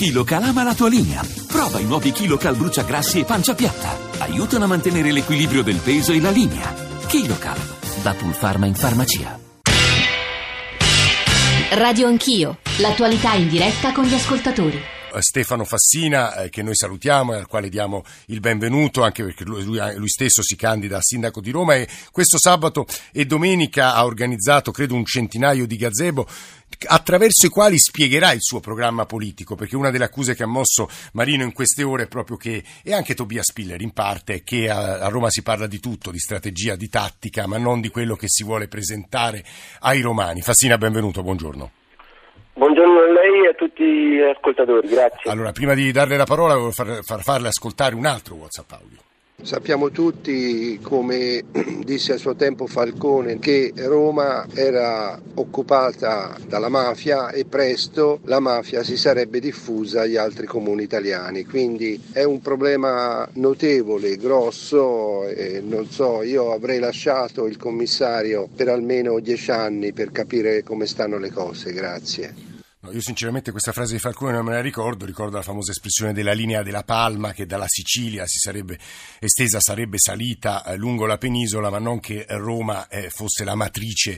KiloCal ama la tua linea. Prova i nuovi KiloCal bruciagrassi e pancia piatta. Aiutano a mantenere l'equilibrio del peso e la linea. KiloCal, da Pulpharma in farmacia. Radio Anch'io, l'attualità in diretta con gli ascoltatori. Stefano Fassina, che noi salutiamo e al quale diamo il benvenuto, anche perché lui stesso si candida a sindaco di Roma, e questo sabato e domenica ha organizzato credo un centinaio di gazebo attraverso i quali spiegherà il suo programma politico, perché una delle accuse che ha mosso Marino in queste ore è proprio che, e anche Tobias Spiller in parte, è che a Roma si parla di tutto, di strategia, di tattica, ma non di quello che si vuole presentare ai romani. Fassina, benvenuto, buongiorno. Buongiorno a lei e a tutti gli ascoltatori, grazie. Allora, prima di darle la parola, volevo farle ascoltare un altro WhatsApp audio. Sappiamo tutti, come disse a suo tempo Falcone, che Roma era occupata dalla mafia e presto la mafia si sarebbe diffusa agli altri comuni italiani, quindi è un problema notevole, grosso, e non so, io avrei lasciato il commissario per almeno 10 anni per capire come stanno le cose, grazie. Io sinceramente questa frase di Falcone non me la ricordo la famosa espressione della linea della Palma, che dalla Sicilia si sarebbe estesa, sarebbe salita lungo la penisola, ma non che Roma fosse la matrice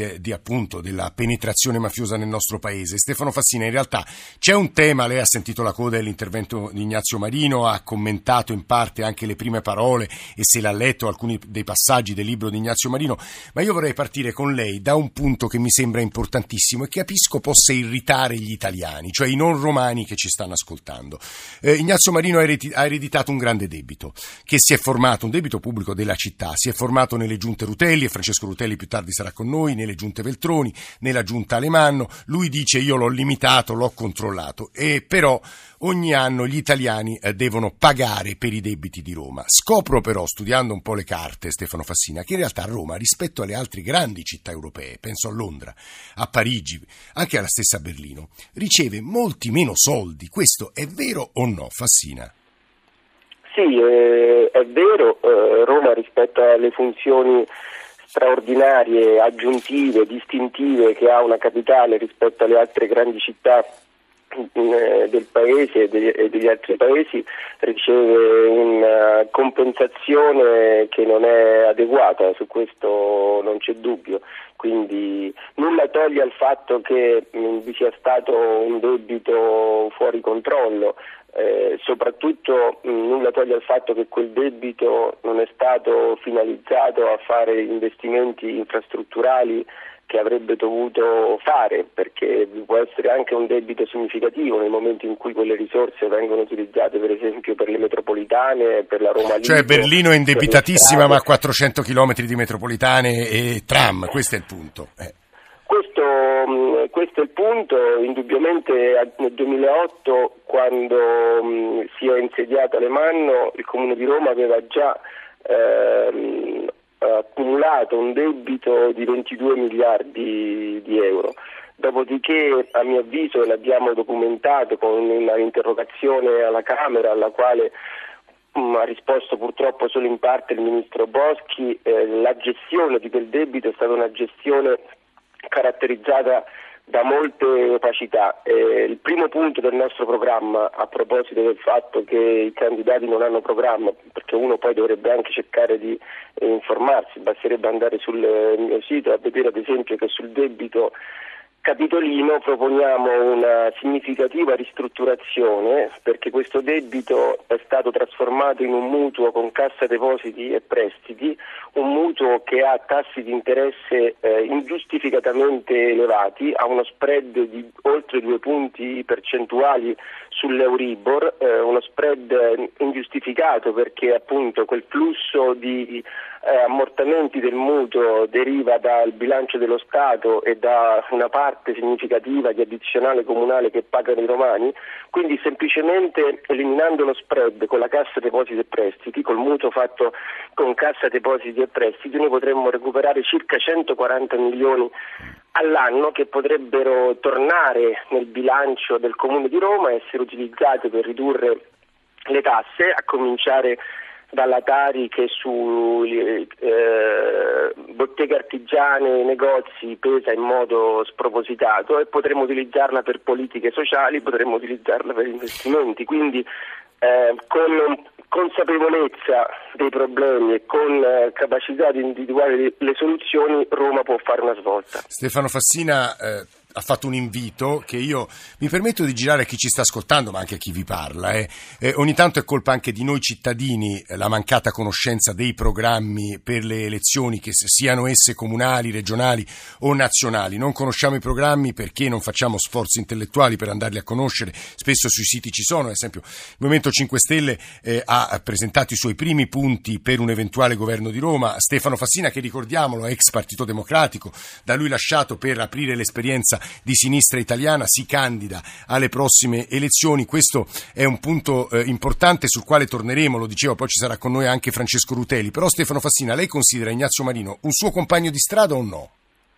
della penetrazione mafiosa nel nostro paese. Stefano Fassina, in realtà c'è un tema, lei ha sentito la coda dell'intervento di Ignazio Marino, ha commentato in parte anche le prime parole e se l'ha letto alcuni dei passaggi del libro di Ignazio Marino, ma io vorrei partire con lei da un punto che mi sembra importantissimo e che capisco possa irritare gli italiani, cioè i non romani che ci stanno ascoltando. Ignazio Marino ha ereditato un grande debito che si è formato, un debito pubblico della città, si è formato nelle giunte Rutelli, e Francesco Rutelli più tardi sarà con noi, nelle giunte Veltroni, nella giunta Alemanno. Lui dice: io l'ho limitato, l'ho controllato, e però ogni anno gli italiani devono pagare per i debiti di Roma. Scopro però, studiando un po' le carte, Stefano Fassina, che in realtà Roma, rispetto alle altre grandi città europee, penso a Londra, a Parigi, anche alla stessa Berlino, riceve molti meno soldi. Questo è vero o no, Fassina? Sì, è vero. Roma, rispetto alle funzioni straordinarie, aggiuntive, distintive che ha una capitale rispetto alle altre grandi città del paese e degli altri paesi, riceve una compensazione che non è adeguata, su questo non c'è dubbio. Quindi nulla toglie al fatto che vi sia stato un debito fuori controllo, soprattutto nulla toglie al fatto che quel debito non è stato finalizzato a fare investimenti infrastrutturali che avrebbe dovuto fare, perché può essere anche un debito significativo nel momento in cui quelle risorse vengono utilizzate per esempio per le metropolitane, per la Roma Lido. Cioè Berlino è indebitatissima, ma ha 400 chilometri di metropolitane e tram, questo è il punto. Questo è il punto. Indubbiamente nel 2008, quando si è insediato Alemanno, il Comune di Roma aveva già accumulato un debito di 22 miliardi di euro. Dopodiché, a mio avviso, l'abbiamo documentato con una interrogazione alla Camera, alla quale ha risposto purtroppo solo in parte il ministro Boschi. La gestione di quel debito è stata una gestione caratterizzata da molte opacità. Il primo punto del nostro programma, a proposito del fatto che i candidati non hanno programma, perché uno poi dovrebbe anche cercare di informarsi, basterebbe andare sul mio sito a vedere ad esempio che sul debito capitolino proponiamo una significativa ristrutturazione, perché questo debito è stato trasformato in un mutuo con Cassa Depositi e Prestiti, un mutuo che ha tassi di interesse ingiustificatamente elevati, ha uno spread di oltre 2 punti percentuali sull'Euribor, uno spread ingiustificato perché appunto quel flusso di ammortamenti del mutuo deriva dal bilancio dello Stato e da una parte significativa di addizionale comunale che pagano i romani. Quindi semplicemente eliminando lo spread con la Cassa Depositi e Prestiti, col mutuo fatto con Cassa Depositi e Prestiti, noi potremmo recuperare circa 140 milioni all'anno che potrebbero tornare nel bilancio del Comune di Roma e essere utilizzati per ridurre le tasse, a cominciare dalla Tari che su botteghe artigiane, negozi pesa in modo spropositato, e potremmo utilizzarla per politiche sociali, potremmo utilizzarla per investimenti, quindi con consapevolezza dei problemi e con capacità di individuare le soluzioni, Roma può fare una svolta. Stefano Fassina ha fatto un invito che io mi permetto di girare a chi ci sta ascoltando, ma anche a chi vi parla. Ogni tanto è colpa anche di noi cittadini la mancata conoscenza dei programmi per le elezioni, che siano esse comunali, regionali o nazionali. Non conosciamo i programmi perché non facciamo sforzi intellettuali per andarli a conoscere. Spesso sui siti ci sono, ad esempio il Movimento 5 Stelle ha presentato i suoi primi punti per un eventuale governo di Roma. Stefano Fassina, che ricordiamolo, ex Partito Democratico, da lui lasciato per aprire l'esperienza di sinistra italiana, si candida alle prossime elezioni. Questo è un punto importante sul quale torneremo, lo dicevo, poi ci sarà con noi anche Francesco Rutelli. Però Stefano Fassina, lei considera Ignazio Marino un suo compagno di strada o no?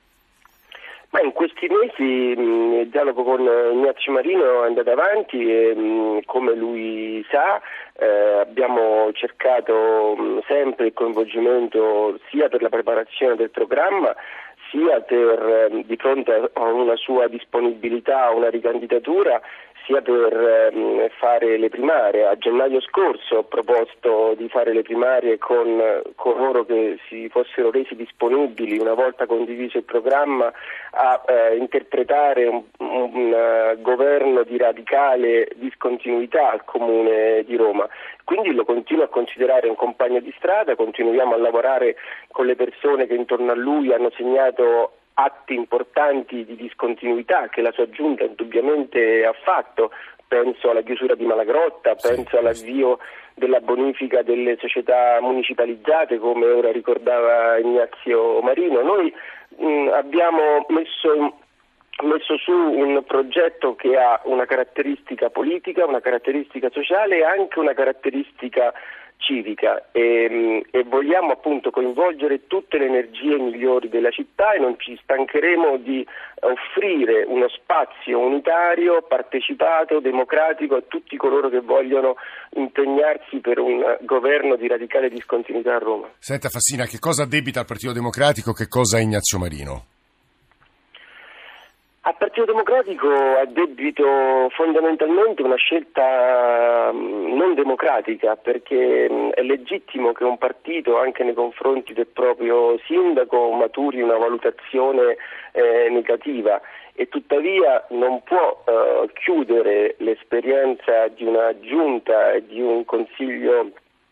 Ma in questi mesi il dialogo con Ignazio Marino è andato avanti e, come lui sa, abbiamo cercato sempre il coinvolgimento sia per la preparazione del programma, sia per, di fronte a una sua disponibilità a una ricandidatura, sia per fare le primarie. A gennaio scorso ho proposto di fare le primarie con coloro che si fossero resi disponibili, una volta condiviso il programma, a interpretare un governo di radicale discontinuità al Comune di Roma. Quindi lo continuo a considerare un compagno di strada, continuiamo a lavorare con le persone che intorno a lui hanno segnato atti importanti di discontinuità che la sua giunta indubbiamente ha fatto. Penso alla chiusura di Malagrotta, penso all'avvio della bonifica delle società municipalizzate, come ora ricordava Ignazio Marino. Noi abbiamo messo su un progetto che ha una caratteristica politica, una caratteristica sociale e anche una caratteristica civica, e vogliamo appunto coinvolgere tutte le energie migliori della città, e non ci stancheremo di offrire uno spazio unitario, partecipato, democratico a tutti coloro che vogliono impegnarsi per un governo di radicale discontinuità a Roma. Senta Fassina, che cosa addebita al Partito Democratico, che cosa a Ignazio Marino? Al Partito Democratico addebito fondamentalmente una scelta non democratica, perché è legittimo che un partito, anche nei confronti del proprio sindaco, maturi una valutazione negativa, e tuttavia non può chiudere l'esperienza di una giunta e di un consiglio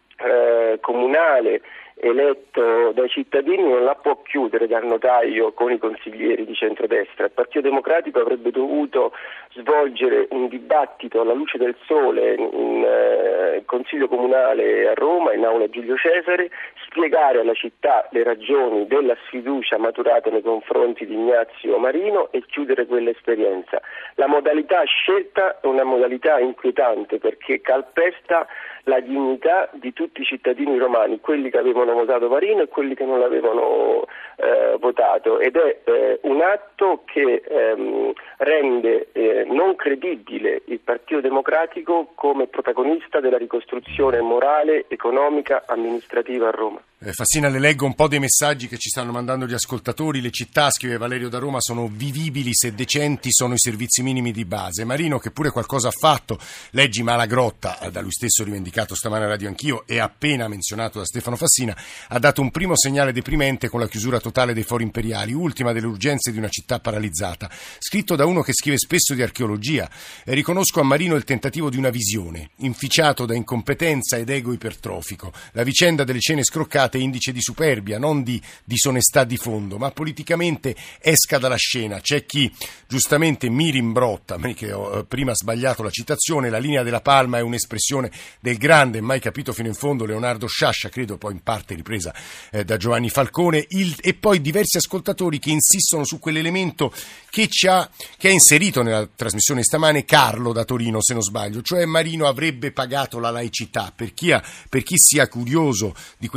comunale eletto dai cittadini, non la può chiudere dal notaio con i consiglieri di centrodestra. Il Partito Democratico avrebbe dovuto svolgere un dibattito alla luce del sole in Consiglio Comunale a Roma, in aula Giulio Cesare, spiegare alla città le ragioni della sfiducia maturata nei confronti di Ignazio Marino e chiudere quell'esperienza. La modalità scelta è una modalità inquietante, perché calpesta la dignità di tutti i cittadini romani, quelli che avevano votato Marino e quelli che non l'avevano votato, ed è un atto che rende non credibile il Partito Democratico come protagonista della ricostruzione morale, economica, amministrativa a Roma. Fassina, le leggo un po' dei messaggi che ci stanno mandando gli ascoltatori. Le città, scrive Valerio da Roma, sono vivibili se decenti sono i servizi minimi di base. Marino, che pure qualcosa ha fatto, leggi Malagrotta, da lui stesso rivendicato stamane a Radio Anch'io e appena menzionato da Stefano Fassina, ha dato un primo segnale deprimente con la chiusura totale dei fori imperiali, ultima delle urgenze di una città paralizzata. Scritto da uno che scrive spesso di archeologia, riconosco a Marino il tentativo di una visione, inficiato da incompetenza ed ego ipertrofico. La vicenda delle cene scroccate è indice di superbia, non di disonestà di fondo, ma politicamente esca dalla scena. C'è chi giustamente mi rimbrotta, che ho prima sbagliato la citazione, la linea della palma è un'espressione del grande, mai capito fino in fondo, Leonardo Sciascia, credo poi in parte ripresa da Giovanni Falcone, e poi diversi ascoltatori che insistono su quell'elemento che ha inserito nella trasmissione stamane Carlo da Torino, se non sbaglio, cioè Marino avrebbe pagato la laicità. Per chi sia curioso di quel rapporto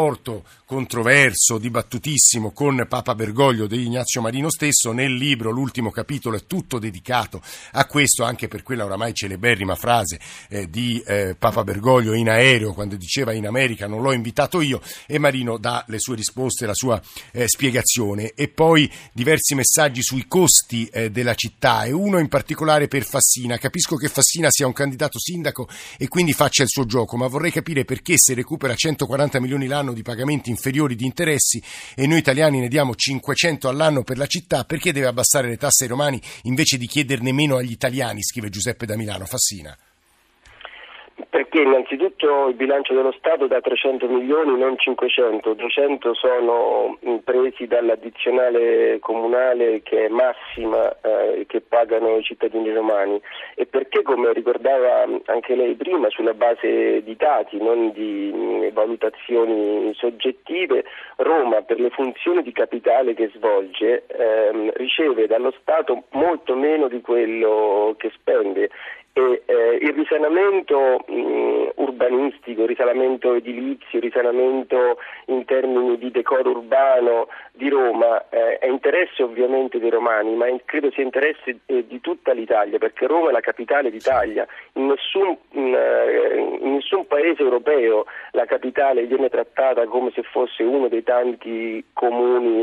rapporto controverso, dibattutissimo con Papa Bergoglio di Ignazio Marino stesso. Nel libro l'ultimo capitolo è tutto dedicato a questo, anche per quella oramai celeberrima frase di Papa Bergoglio in aereo, quando diceva in America non l'ho invitato io, e Marino dà le sue risposte, la sua spiegazione, e poi diversi messaggi sui costi della città, e uno in particolare per Fassina. Capisco che Fassina sia un candidato sindaco e quindi faccia il suo gioco, ma vorrei capire perché, se recupera 140 milioni l'anno di pagamenti inferiori di interessi e noi italiani ne diamo 500 all'anno per la città, perché deve abbassare le tasse ai romani invece di chiederne meno agli italiani, scrive Giuseppe da Milano. Fassina. Perché innanzitutto il bilancio dello Stato dà 300 milioni, non 500, 200 sono presi dall'addizionale comunale che è massima, che pagano i cittadini romani, e perché, come ricordava anche lei prima, sulla base di dati, non di valutazioni soggettive, Roma, per le funzioni di capitale che svolge, riceve dallo Stato molto meno di quello che spende. E il risanamento urbanistico, il risanamento edilizio, il risanamento in termini di decoro urbano di Roma è interesse ovviamente dei romani, ma credo sia interesse di tutta l'Italia, perché Roma è la capitale d'Italia. In nessun paese europeo la capitale viene trattata come se fosse uno dei tanti comuni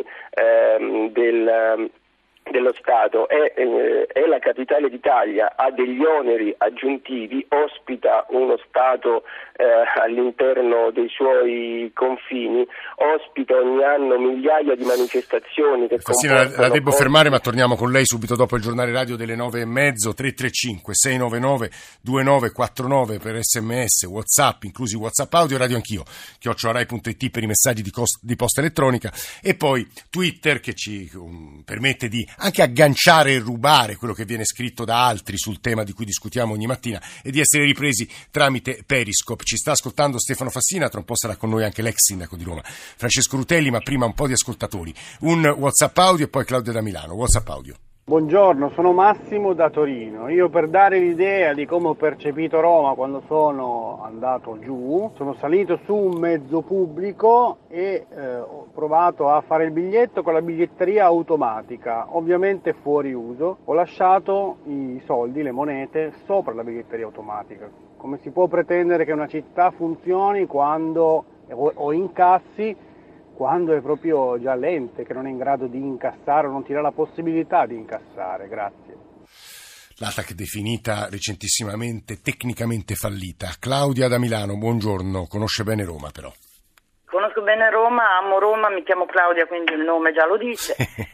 dello Stato, è la capitale d'Italia, ha degli oneri aggiuntivi, ospita uno Stato all'interno dei suoi confini, ospita ogni anno migliaia di manifestazioni che la devo fermare, ma torniamo con lei subito dopo il giornale radio delle 9:30. 335 699 2949 per SMS, WhatsApp, inclusi WhatsApp audio, radio anch'io @rai.it per i messaggi di posta elettronica, e poi Twitter, che ci permette di anche agganciare e rubare quello che viene scritto da altri sul tema di cui discutiamo ogni mattina e di essere ripresi tramite Periscope. Ci sta ascoltando Stefano Fassina, tra un po' sarà con noi anche l'ex sindaco di Roma Francesco Rutelli, ma prima un po' di ascoltatori. Un WhatsApp audio e poi Claudia da Milano. WhatsApp audio. Buongiorno, sono Massimo da Torino. Io, per dare l'idea di come ho percepito Roma quando sono andato giù, sono salito su un mezzo pubblico e ho provato a fare il biglietto con la biglietteria automatica, ovviamente fuori uso. Ho lasciato i soldi, le monete, sopra la biglietteria automatica. Come si può pretendere che una città funzioni quando o incassi quando è proprio già lente, che non è in grado di incassare o non ti dà la possibilità di incassare? Grazie. L'ATAC definita recentissimamente tecnicamente fallita. Claudia da Milano, buongiorno, conosce bene Roma però. Conosco bene Roma, amo Roma, mi chiamo Claudia, quindi il nome già lo dice.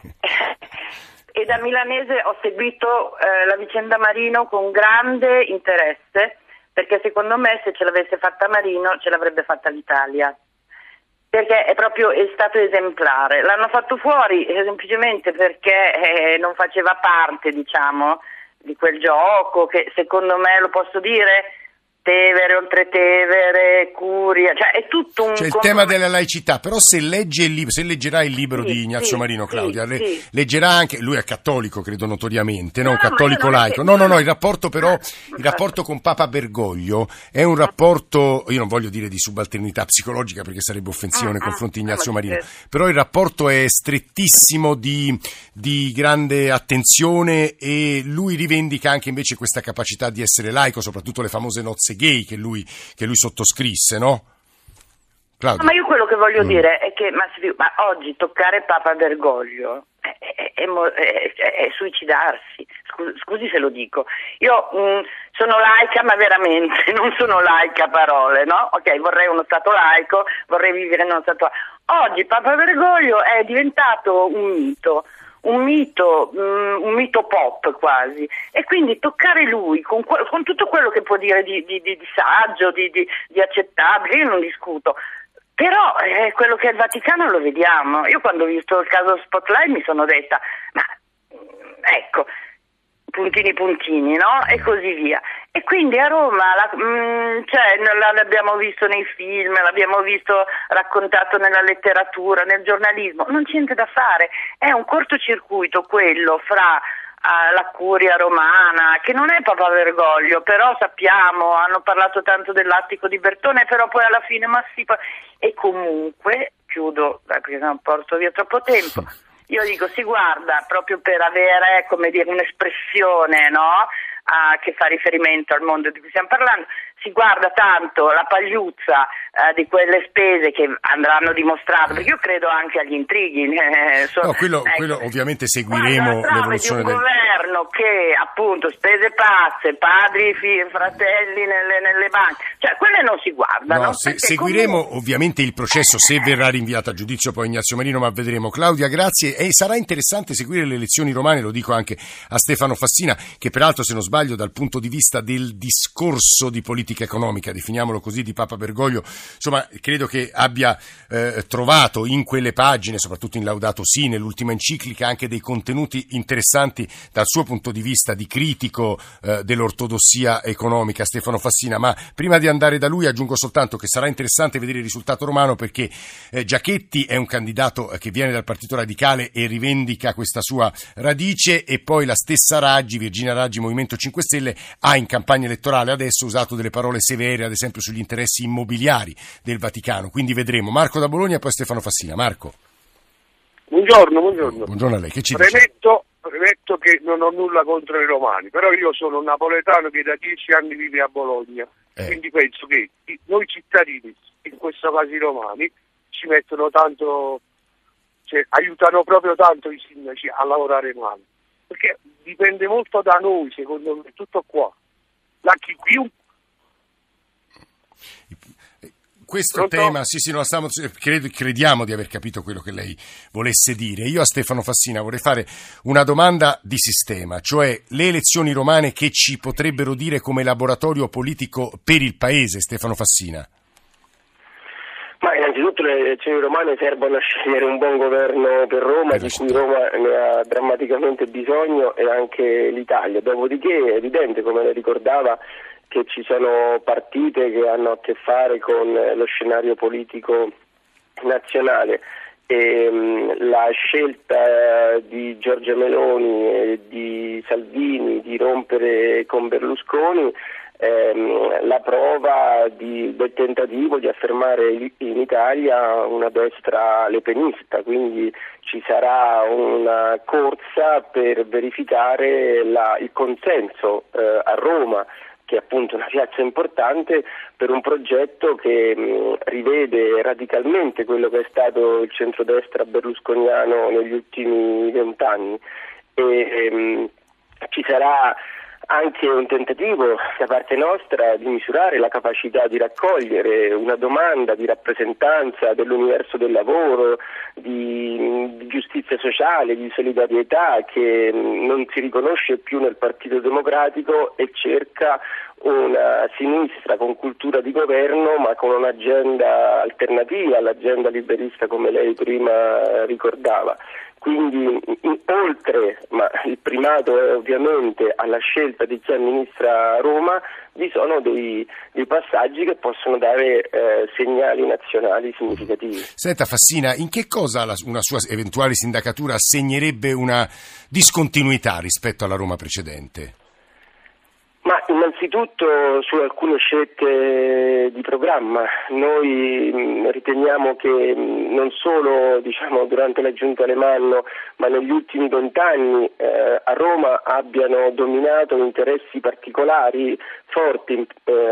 E da milanese ho seguito la vicenda Marino con grande interesse, perché secondo me se ce l'avesse fatta Marino ce l'avrebbe fatta l'Italia. Perché è stato esemplare. L'hanno fatto fuori semplicemente perché non faceva parte, diciamo, di quel gioco che, secondo me, lo posso dire, Tevere, Oltretevere, Curia, cioè è tutto un... C'è il tema della laicità, però se leggerà il libro di Ignazio Marino, Claudia, leggerà anche, lui è cattolico, credo notoriamente, un cattolico laico. No, il rapporto però, il rapporto con Papa Bergoglio è un rapporto, io non voglio dire di subalternità psicologica perché sarebbe offensivo nei confronti di Ignazio Marino, però il rapporto è strettissimo, di grande attenzione, e lui rivendica anche invece questa capacità di essere laico, soprattutto le famose nozze gay che lui sottoscrisse, no? Claudia. Ma io quello che voglio dire è che ma oggi toccare Papa Bergoglio è suicidarsi. Scusi se lo dico. Io sono laica, ma veramente non sono laica a parole, no? Ok, vorrei uno stato laico, vorrei vivere in uno stato... Oggi Papa Bergoglio è diventato un mito pop quasi, e quindi toccare lui con tutto quello che può dire di saggio, di accettabile, io non discuto, però quello che è il Vaticano lo vediamo. Io quando ho visto il caso Spotlight mi sono detta, ma ecco, puntini, no? E così via. E quindi a Roma l'abbiamo visto nei film, l'abbiamo visto raccontato nella letteratura, nel giornalismo, non c'è niente da fare, è un cortocircuito quello fra alla curia romana, che non è Papa Bergoglio, però sappiamo, hanno parlato tanto dell'attico di Bertone, però poi alla fine e comunque, chiudo perché non porto via troppo tempo, io dico si guarda proprio per avere, come dire, un'espressione, no? Che fa riferimento al mondo di cui stiamo parlando, si guarda tanto la pagliuzza di quelle spese che andranno dimostrate, perché io credo anche agli intrighi. Quello ovviamente seguiremo l'evoluzione di un governo che appunto spese pazze, padri, fratelli nelle banche, cioè quelle non si guardano. Seguiremo ovviamente il processo, se verrà rinviato a giudizio poi Ignazio Marino, ma vedremo. Claudia, grazie, e sarà interessante seguire le elezioni romane, lo dico anche a Stefano Fassina, che peraltro, se non sbaglio, dal punto di vista del discorso di politica economica, definiamolo così, di Papa Bergoglio, insomma, credo che abbia trovato in quelle pagine, soprattutto in Laudato Si, nell'ultima enciclica, anche dei contenuti interessanti dal suo punto di vista di critico dell'ortodossia economica, Stefano Fassina. Ma prima di andare da lui aggiungo soltanto che sarà interessante vedere il risultato romano, perché Giachetti è un candidato che viene dal Partito Radicale e rivendica questa sua radice, e poi la stessa Raggi, Virginia Raggi, Movimento 5 Stelle, ha in campagna elettorale adesso usato delle parole severe, ad esempio sugli interessi immobiliari del Vaticano, quindi vedremo. Marco da Bologna e poi Stefano Fassina. Marco. Buongiorno. Buongiorno a lei, che ci dice? Premetto che non ho nulla contro i romani, però io sono un napoletano che da 10 anni vive a Bologna, quindi penso che noi cittadini, in questo caso i romani, ci mettono tanto, cioè aiutano proprio tanto i sindaci a lavorare male, perché dipende molto da noi, secondo me, tutto qua. Questo tema, crediamo di aver capito quello che lei volesse dire. Io a Stefano Fassina vorrei fare una domanda di sistema, cioè le elezioni romane che ci potrebbero dire come laboratorio politico per il Paese, Stefano Fassina? Ma innanzitutto le elezioni romane servono a scegliere un buon governo per Roma, di cui Roma ne ha drammaticamente bisogno, e anche l'Italia. Dopodiché è evidente, come lei ricordava, che ci sono partite che hanno a che fare con lo scenario politico nazionale, e la scelta di Giorgia Meloni e di Salvini di rompere con Berlusconi la prova del tentativo di affermare in Italia una destra lepenista, quindi ci sarà una corsa per verificare il consenso a Roma, che è appunto una piazza importante, per un progetto che rivede radicalmente quello che è stato il centrodestra berlusconiano negli ultimi 20 anni. E ci sarà anche un tentativo da parte nostra di misurare la capacità di raccogliere una domanda di rappresentanza dell'universo del lavoro, di giustizia sociale, di solidarietà, che non si riconosce più nel Partito Democratico e cerca una sinistra con cultura di governo, ma con un'agenda alternativa all'agenda liberista, come lei prima ricordava. Quindi oltre, ma il primato è ovviamente alla scelta di chi amministra Roma, vi sono dei passaggi che possono dare segnali nazionali significativi. Senta Fassina, in che cosa una sua eventuale sindacatura segnerebbe una discontinuità rispetto alla Roma precedente? Ma innanzitutto su alcune scelte di programma. Noi riteniamo che non solo durante la giunta Alemanno, ma negli ultimi 20 anni a Roma abbiano dominato interessi particolari forti.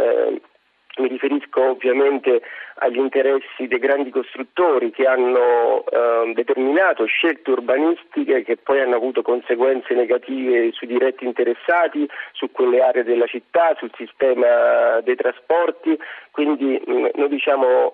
Mi riferisco ovviamente agli interessi dei grandi costruttori che hanno determinato scelte urbanistiche che poi hanno avuto conseguenze negative sui diretti interessati, su quelle aree della città, sul sistema dei trasporti. Quindi noi diciamo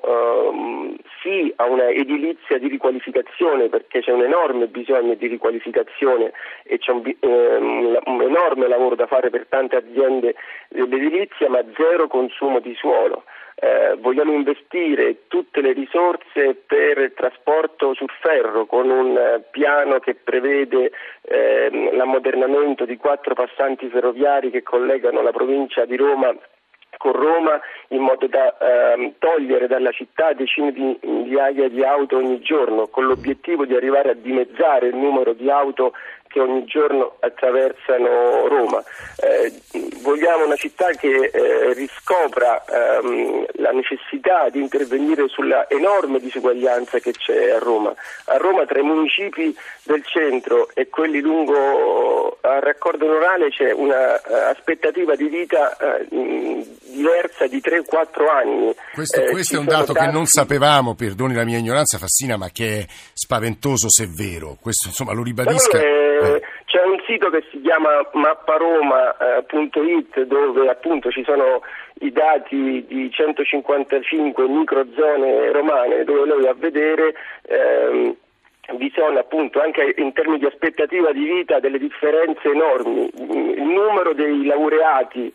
sì a una edilizia di riqualificazione, perché c'è un enorme bisogno di riqualificazione e c'è un enorme lavoro da fare per tante aziende dell'edilizia, ma zero consumo di suolo. Vogliamo investire tutte le risorse per il trasporto sul ferro, con un piano che prevede l'ammodernamento di 4 passanti ferroviari che collegano la provincia di Roma con Roma, in modo da togliere dalla città decine di migliaia di auto ogni giorno, con l'obiettivo di arrivare a dimezzare il numero di auto che ogni giorno attraversano Roma. Vogliamo una città che riscopra la necessità di intervenire sulla enorme disuguaglianza che c'è a Roma. A Roma, tra i municipi del centro e quelli lungo al raccordo orale, c'è una aspettativa di vita diversa di 3-4 anni. Questo è un dato che non sapevamo, perdoni la mia ignoranza Fassina, ma che è spaventoso se vero. Questo insomma lo ribadisca. C'è un sito che si chiama mapparoma.it dove appunto ci sono i dati di 155 microzone romane, dove noi a vedere vi sono appunto anche in termini di aspettativa di vita delle differenze enormi. Il numero dei laureati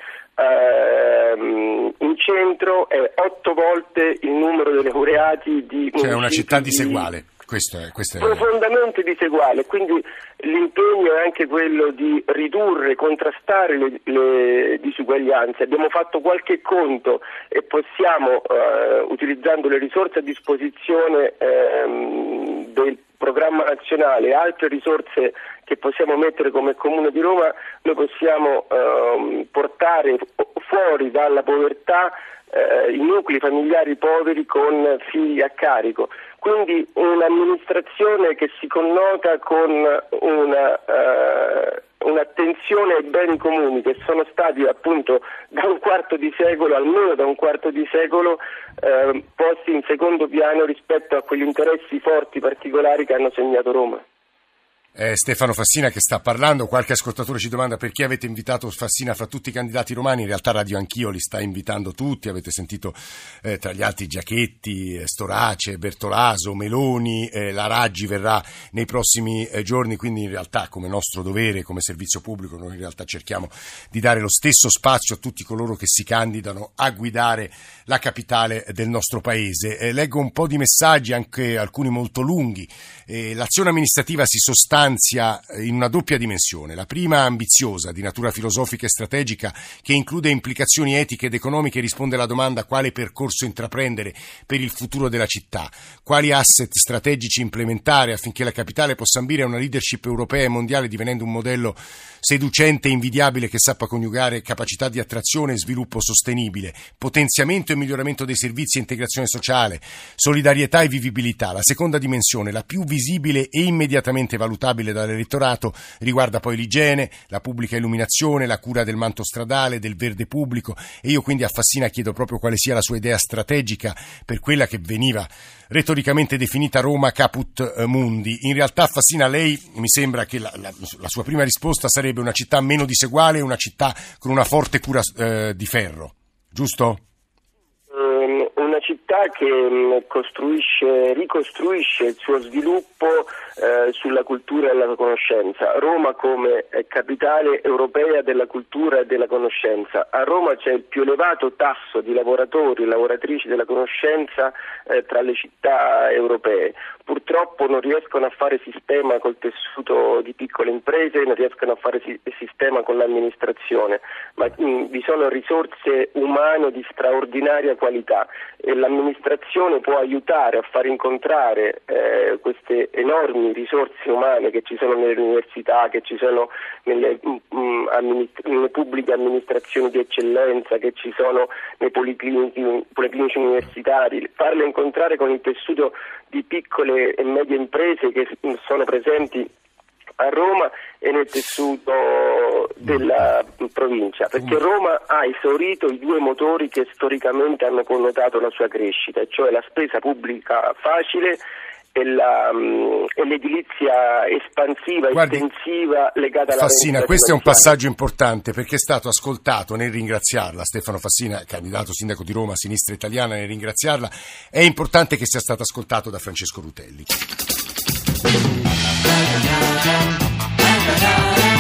in centro è 8 volte il numero dei laureati di cioè una città diseguale. Questo è profondamente diseguale, quindi l'impegno è anche quello di ridurre, contrastare le disuguaglianze. Abbiamo fatto qualche conto e possiamo, utilizzando le risorse a disposizione del programma nazionale e altre risorse che possiamo mettere come Comune di Roma, noi possiamo portare fuori dalla povertà i nuclei familiari poveri con figli a carico. Quindi un'amministrazione che si connota con un'attenzione ai beni comuni che sono stati appunto da un quarto di secolo, almeno da un quarto di secolo, posti in secondo piano rispetto a quegli interessi forti particolari che hanno segnato Roma. Stefano Fassina che sta parlando. Qualche ascoltatore ci domanda perché avete invitato Fassina fra tutti i candidati romani. In realtà Radio Anch'io li sta invitando tutti. Avete sentito tra gli altri Giachetti, Storace, Bertolaso, Meloni, la Raggi verrà nei prossimi giorni, quindi in realtà come nostro dovere, come servizio pubblico, noi in realtà cerchiamo di dare lo stesso spazio a tutti coloro che si candidano a guidare la capitale del nostro paese. Leggo un po' di messaggi, anche alcuni molto lunghi. L'azione amministrativa si sostanzia in una doppia dimensione. La prima, ambiziosa, di natura filosofica e strategica, che include implicazioni etiche ed economiche, risponde alla domanda quale percorso intraprendere per il futuro della città, quali asset strategici implementare affinché la capitale possa ambire a una leadership europea e mondiale, divenendo un modello seducente e invidiabile che sappia coniugare capacità di attrazione e sviluppo sostenibile, potenziamento e miglioramento dei servizi e integrazione sociale, solidarietà e vivibilità. La seconda dimensione, la più visibile e immediatamente valutabile dall'elettorato, riguarda poi l'igiene, la pubblica illuminazione, la cura del manto stradale, del verde pubblico, e io quindi a Fassina chiedo proprio quale sia la sua idea strategica per quella che veniva retoricamente definita Roma caput mundi. In realtà Fassina, lei mi sembra che la sua prima risposta sarebbe una città meno diseguale e una città con una forte cura di ferro, giusto? Una città che ricostruisce il suo sviluppo sulla cultura e la conoscenza. Roma come capitale europea della cultura e della conoscenza. A Roma c'è il più elevato tasso di lavoratori e lavoratrici della conoscenza tra le città europee. Purtroppo non riescono a fare sistema col tessuto di piccole imprese, non riescono a fare sistema con l'amministrazione, ma vi sono risorse umane di straordinaria qualità e l'amministrazione può aiutare a far incontrare queste enormi risorse umane che ci sono nelle università, che ci sono nelle pubbliche amministrazioni di eccellenza, che ci sono nei policlinici universitari, farle incontrare con il tessuto di piccole e medie imprese che sono presenti a Roma e nel tessuto della provincia, perché Roma ha esaurito i due motori che storicamente hanno connotato la sua crescita, cioè la spesa pubblica facile e l'edilizia espansiva, estensiva legata alla Fassina, questo è un passaggio importante perché è stato ascoltato, nel ringraziarla, Stefano Fassina, candidato sindaco di Roma, Sinistra Italiana, nel ringraziarla, è importante che sia stato ascoltato da Francesco Rutelli.